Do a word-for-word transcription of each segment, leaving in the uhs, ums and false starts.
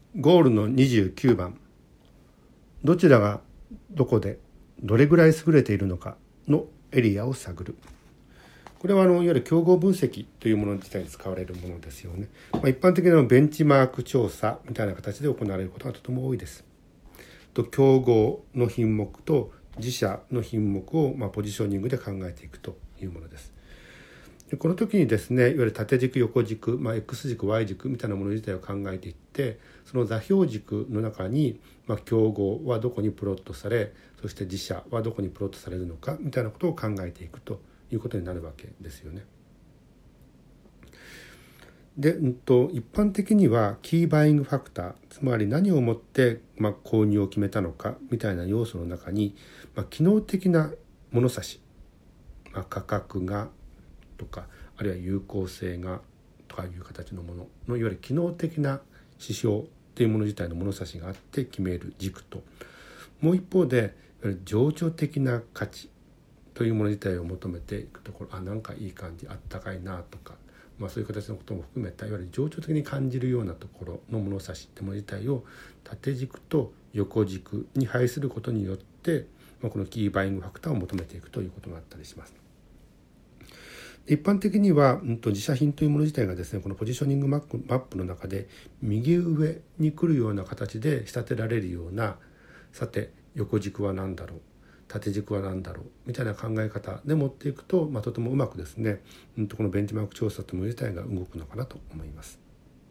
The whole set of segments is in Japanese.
ゴールのにじゅうきゅうばん、どちらがどこでどれぐらい優れているのかのエリアを探る。これはあのいわゆる競合分析というもの自体に使われるものですよね。まあ、一般的なベンチマーク調査みたいな形で行われることがとても多いです。と競合の品目と自社の品目をまあポジショニングで考えていくというものです。でこの時にですね、いわゆる縦軸横軸、まあ、X 軸 Y 軸みたいなもの自体を考えていって、その座標軸の中に、まあ、競合はどこにプロットされ、そして自社はどこにプロットされるのかみたいなことを考えていくということになるわけですよね。で、うん、と一般的にはキーバイングファクター、つまり何をもって、まあ、購入を決めたのかみたいな要素の中に、まあ、機能的な物差し、まあ、価格がとか、あるいは有効性がとかいう形のもののいわゆる機能的な指標というもの自体の物差しがあって決める軸と、もう一方でいわゆる情緒的な価値というもの自体を求めていくところ、あ、なんかいい感じ、あったかいなとか、まあ、そういう形のことも含めたいわゆる情緒的に感じるようなところの物差しというもの自体を縦軸と横軸に配することによって、まあ、このキーバイングファクターを求めていくということがあったりします。一般的には、うん、と自社品というもの自体がですね、このポジショニングマップ、マップの中で右上に来るような形で仕立てられるような、さて横軸は何だろう、縦軸は何だろうみたいな考え方で持っていくと、まあ、とてもうまくですね、うん、とこのベンチマーク調査というもの自体が動くのかなと思います。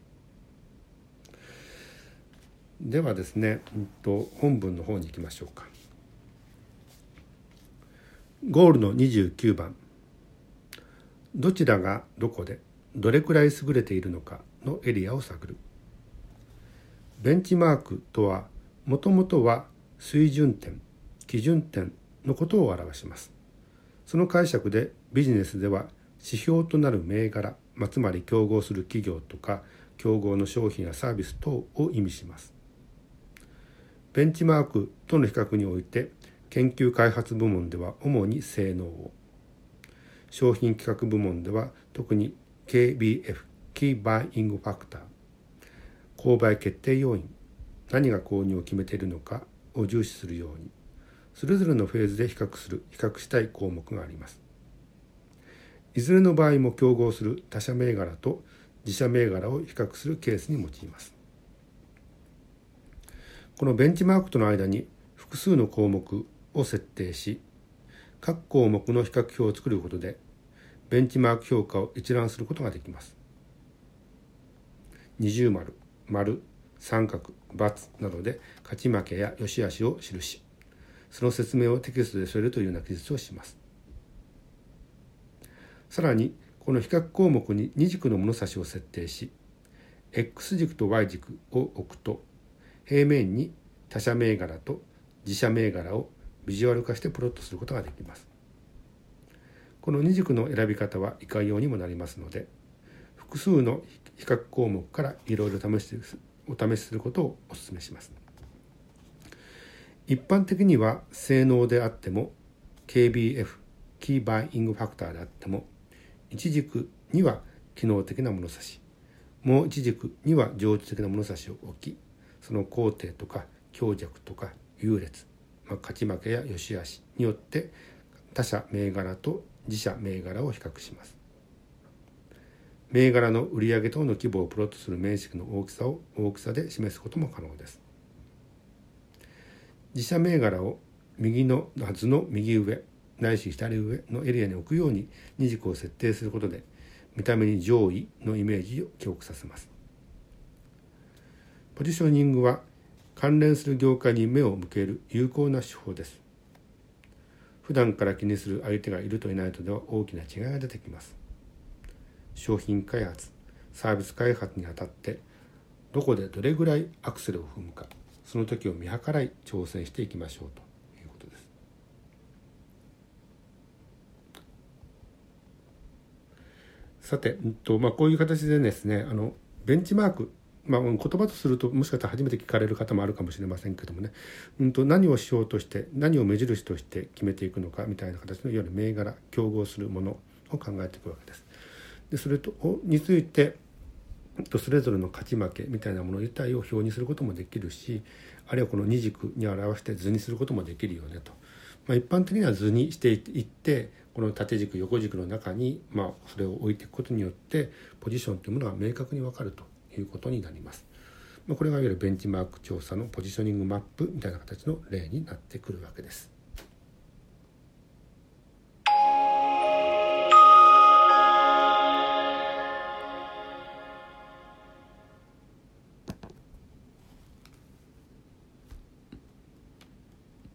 ではですね、うん、と本文の方に行きましょうか。ゴールのにじゅうきゅうばん、どちらがどこでどれくらい優れているのかのエリアを探る。ベンチマークとはもともとは水準点、基準点のことを表します。その解釈でビジネスでは指標となる銘柄、まあ、つまり競合する企業とか競合の商品やサービス等を意味します。ベンチマークとの比較において研究開発部門では主に性能を、商品企画部門では特に ケービーエフ Key Buying Factor、 購買決定要因、何が購入を決めているのかを重視するように、それぞれのフェーズで比較する比較したい項目があります。いずれの場合も競合する他社銘柄と自社銘柄を比較するケースに用います。このベンチマークとの間に複数の項目を設定し、各項目の比較表を作ることでベンチマーク評価を一覧することができます。二重丸、丸、三角、×などで勝ち負けや良し悪しを記し、その説明をテキストで添えるというような記述をします。さらにこの比較項目にに軸の物差しを設定し、 X 軸と Y 軸を置くと平面に他社銘柄と自社銘柄をビジュアル化してプロットすることができます。このに軸の選び方はいかようにもなりますので、複数の比較項目からいろいろ試してお試しすることをお勧めします。一般的には性能であっても ケービーエフ Key Buying Factor であっても、一軸には機能的な物差し、もう一軸には情緒的な物差しを置き、その工程とか強弱とか優劣、まあ、勝ち負けや良し悪しによって他社銘柄と自社銘柄を比較します。銘柄の売上等の規模をプロットする面積の大きさを大きさで示すことも可能です。自社銘柄を右の図の右上ないし左上のエリアに置くようにに軸を設定することで、見た目に上位のイメージを記憶させます。ポジショニングは関連する業界に目を向ける有効な手法です。普段から気にする相手がいるといないとでは大きな違いが出てきます。商品開発、サービス開発にあたってどこでどれぐらいアクセルを踏むか、その時を見計らい挑戦していきましょうということです。さて、うんとまあ、こういう形でですね、あのベンチマーク、まあ、言葉とするともしかしたら初めて聞かれる方もあるかもしれませんけどもね、うんと何を指標として何を目印として決めていくのかみたいな形のいわゆる銘柄、競合するものを考えていくわけです。でそれとについてそれぞれの勝ち負けみたいなもの自体を表にすることもできるし、あるいはこの二軸に表して図にすることもできるよねと、まあ、一般的には図にしていってこの縦軸横軸の中にまあそれを置いていくことによってポジションというものが明確に分かるということになります。まあ、これがいわゆるベンチマーク調査のポジショニングマップみたいな形の例になってくるわけです。